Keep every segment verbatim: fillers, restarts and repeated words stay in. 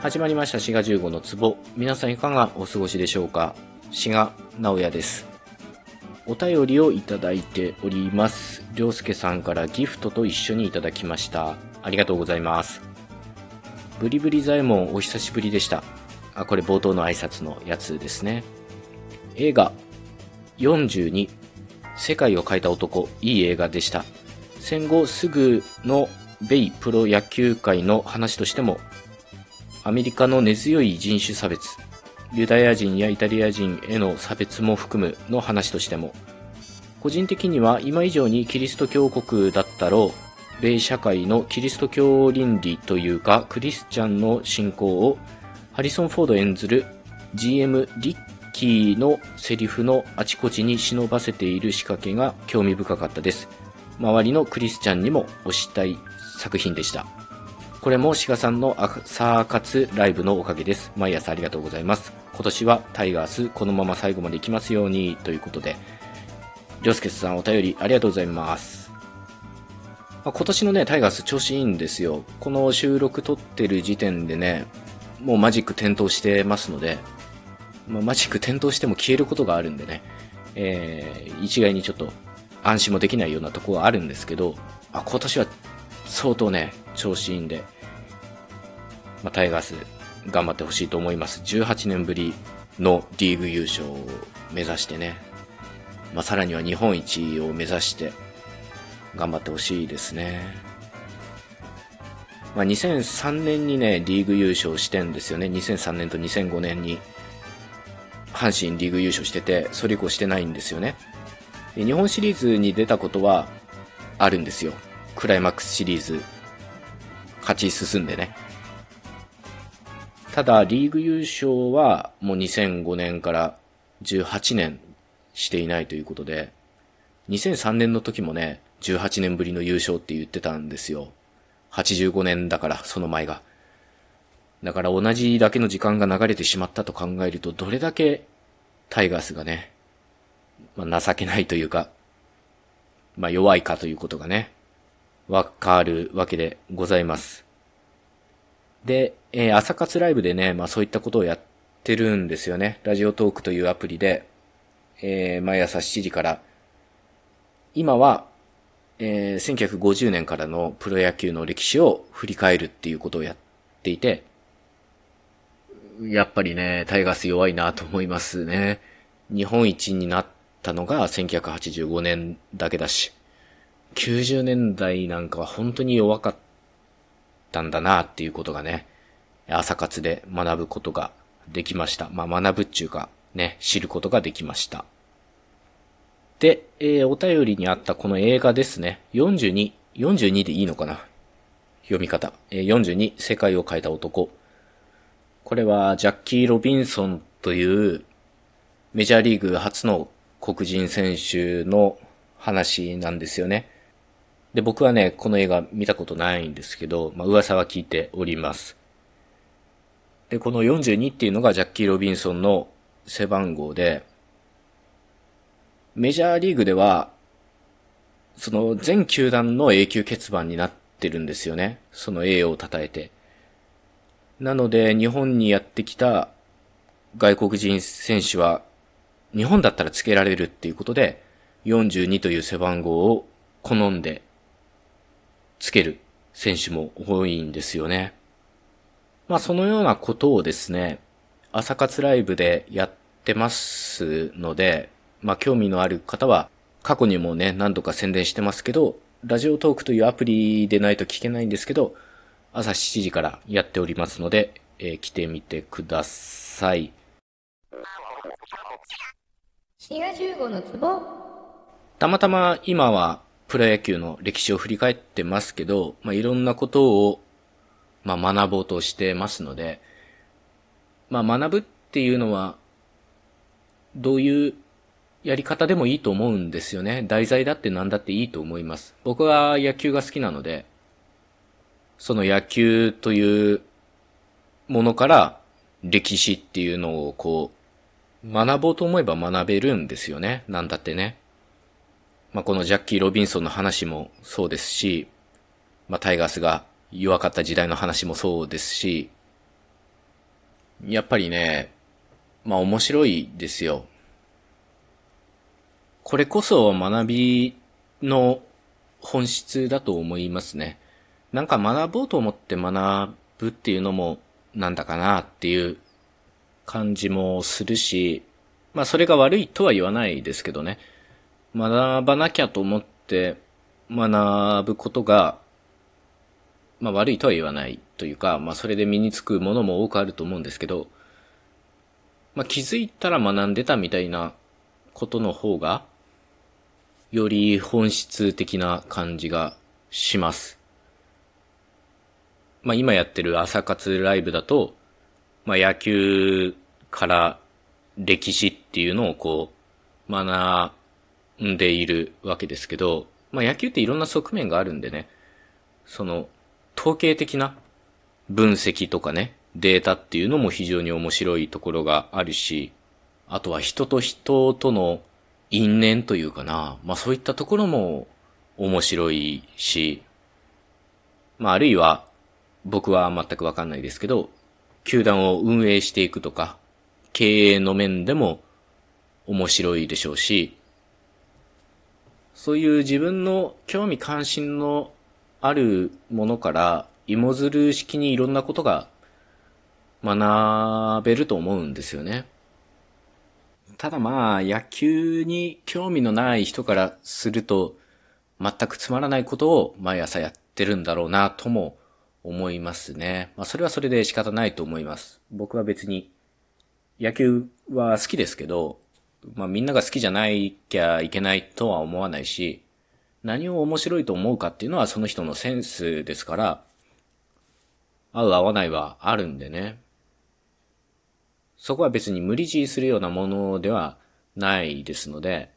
始まりました滋賀じゅうごの壺。皆さんいかがお過ごしでしょうか。滋賀直哉です。お便りをいただいております。りょうすけさんからギフトと一緒にいただきました。ありがとうございます。ブリブリ左衛門お久しぶりでした。あ、これ冒頭の挨拶のやつですね。映画よんじゅうに、世界を変えた男、いい映画でした。戦後すぐの米プロ野球界の話としても、アメリカの根強い人種差別、ユダヤ人やイタリア人への差別も含むの話としても、個人的には今以上にキリスト教国だったろう、米社会のキリスト教倫理というかクリスチャンの信仰をハリソン・フォード演ずる ジーエム リッキーのセリフのあちこちに忍ばせている仕掛けが興味深かったです。周りのクリスチャンにも推したい作品でした。これも志賀さんの朝活ライブのおかげです。毎朝ありがとうございます。今年はタイガースこのまま最後までいきますようにということで、りょうすけさんお便りありがとうございます。まあ、今年のねタイガース調子いいんですよ。この収録撮ってる時点でね、もうマジック点灯してますので、まあ、マジック点灯しても消えることがあるんでね、えー、一概にちょっと安心もできないようなところはあるんですけど、あ、今年は相当ね調子いいんで、まあ、タイガース頑張ってほしいと思います。じゅうはちねんぶりのリーグ優勝を目指してね、まあ、さらには日本一を目指して頑張ってほしいですね。まあ、にせんさんねんにねリーグ優勝してんですよね。にせんさんねんとにせんごねんに阪神リーグ優勝してて、それ以降してないんですよね。で日本シリーズに出たことはあるんですよ。クライマックスシリーズ勝ち進んでね。ただリーグ優勝はもうにせんごねんからじゅうはちねんしていないということで、にせんさんねんの時もねじゅうはちねんぶりの優勝って言ってたんですよ。はちじゅうごねんだから、その前が。だから同じだけの時間が流れてしまったと考えると、どれだけタイガースがね、まあ、情けないというか、まあ、弱いかということがねわかるわけでございます。で、えー、朝活ライブでね、まあそういったことをやってるんですよね。ラジオトークというアプリで、えー、毎朝しちじから、今は、えー、せんきゅうひゃくごじゅうねんからのプロ野球の歴史を振り返るっていうことをやっていて、やっぱりね、タイガース弱いなと思いますね。日本一になったのがせんきゅうひゃくはちじゅうごねんだけだし、きゅうじゅうねんだいなんかは本当に弱かったんだなっていうことがね、朝活で学ぶことができました。まあ学ぶっちゅうかね、知ることができました。で、えー、お便りにあったこの映画ですね。よんじゅうに、よんじゅうにでいいのかな、読み方。えー、よんじゅうに、世界を変えた男。これはジャッキー・ロビンソンというメジャーリーグ初の黒人選手の話なんですよね。で、僕はね、この映画見たことないんですけど、まあ噂は聞いております。で、このよんじゅうにっていうのがジャッキー・ロビンソンの背番号で、メジャーリーグでは、その全球団の永久欠番になってるんですよね。その栄誉を称えて。なので、日本にやってきた外国人選手は、日本だったらつけられるっていうことで、よんじゅうにという背番号を好んでつける選手も多いんですよね。まあそのようなことをですね、朝活ライブでやってますので、まあ興味のある方は過去にもね何度か宣伝してますけど、ラジオトークというアプリでないと聞けないんですけど、朝しちじからやっておりますので、えー、来てみてください。 滋賀じゅうごの壺。 たまたま今はプロ野球の歴史を振り返ってますけど、まあいろんなことをまあ学ぼうとしてますので、まあ学ぶっていうのはどういうやり方でもいいと思うんですよね。題材だって何だっていいと思います。僕は野球が好きなので、その野球というものから歴史っていうのをこう学ぼうと思えば学べるんですよね。なんだってね。まあこのジャッキー・ロビンソンの話もそうですし、まあタイガースが弱かった時代の話もそうですし、 やっぱりね、まあ面白いですよ。これこそ学びの本質だと思いますね。なんか学ぼうと思って学ぶっていうのもなんだかなっていう感じもするし、まあそれが悪いとは言わないですけどね。学ばなきゃと思って学ぶことが、まあ悪いとは言わないというか、まあそれで身につくものも多くあると思うんですけど、まあ気づいたら学んでたみたいなことの方が、より本質的な感じがします。まあ今やってる朝活ライブだと、まあ野球から歴史っていうのをこう学んでいるわけですけど、まあ野球っていろんな側面があるんでね、その統計的な分析とかね、データっていうのも非常に面白いところがあるし、あとは人と人との因縁というかな、まあそういったところも面白いし、まああるいは僕は全くわかんないですけど、球団を運営していくとか、経営の面でも面白いでしょうし、そういう自分の興味関心のあるものから芋づる式にいろんなことが学べると思うんですよね。ただまあ野球に興味のない人からすると全くつまらないことを毎朝やってるんだろうなとも思いますね。まあそれはそれで仕方ないと思います。僕は別に野球は好きですけど、まあみんなが好きじゃないきゃいけないとは思わないし、何を面白いと思うかっていうのはその人のセンスですから、合う合わないはあるんでね。そこは別に無理強いするようなものではないですので、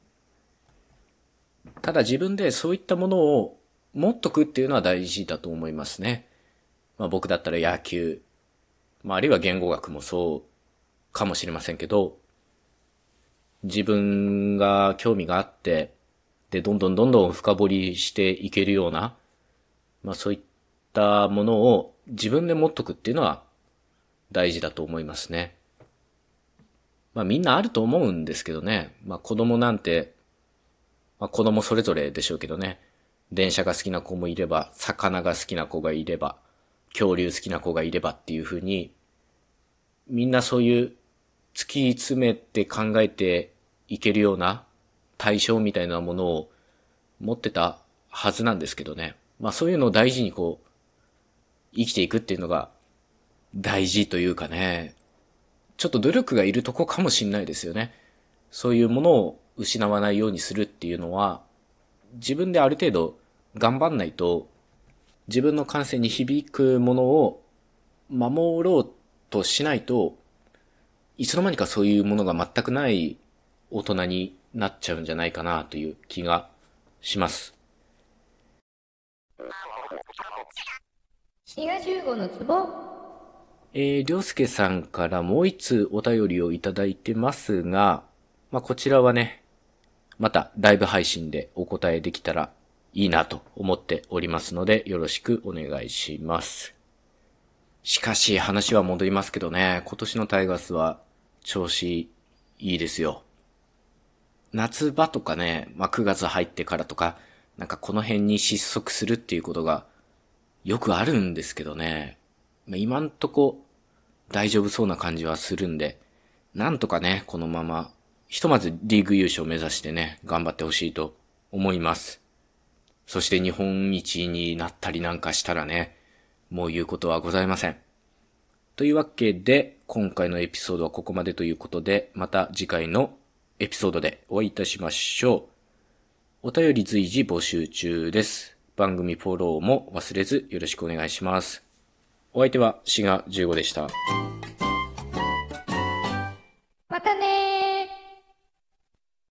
ただ自分でそういったものを持っとくっていうのは大事だと思いますね。まあ僕だったら野球、まああるいは言語学もそうかもしれませんけど、自分が興味があって、で、どんどんどんどん深掘りしていけるような、まあそういったものを自分で持っとくっていうのは大事だと思いますね。まあみんなあると思うんですけどね。まあ子供なんて、まあ子供それぞれでしょうけどね。電車が好きな子もいれば、魚が好きな子がいれば、恐竜好きな子がいればっていう風に、みんなそういう突き詰めて考えていけるような対象みたいなものを持ってたはずなんですけどね。まあそういうのを大事にこう、生きていくっていうのが大事というかね、ちょっと努力がいるとこかもしんないですよね。そういうものを失わないようにするっていうのは、自分である程度頑張んないと、自分の感性に響くものを守ろうとしないと、いつの間にかそういうものが全くない大人になっちゃうんじゃないかなという気がします。 滋賀じゅうごのツボ。 えー、りょうすけさんからもう一つお便りをいただいてますが、まあ、こちらはね、またライブ配信でお答えできたらいいなと思っておりますので、よろしくお願いします。しかし話は戻りますけどね、今年のタイガースは調子いいですよ。夏場とかね、まあ、くがつ入ってからとか、なんかこの辺に失速するっていうことがよくあるんですけどね、まあ、今んとこ大丈夫そうな感じはするんで、なんとかね、このまま、ひとまずリーグ優勝を目指してね、頑張ってほしいと思います。そして日本一になったりなんかしたらね、もう言うことはございません。というわけで、今回のエピソードはここまでということで、また次回のエピソードでお会いいたしましょう。お便り随時募集中です。番組フォローも忘れずよろしくお願いします。お相手は滋賀じゅうごでした。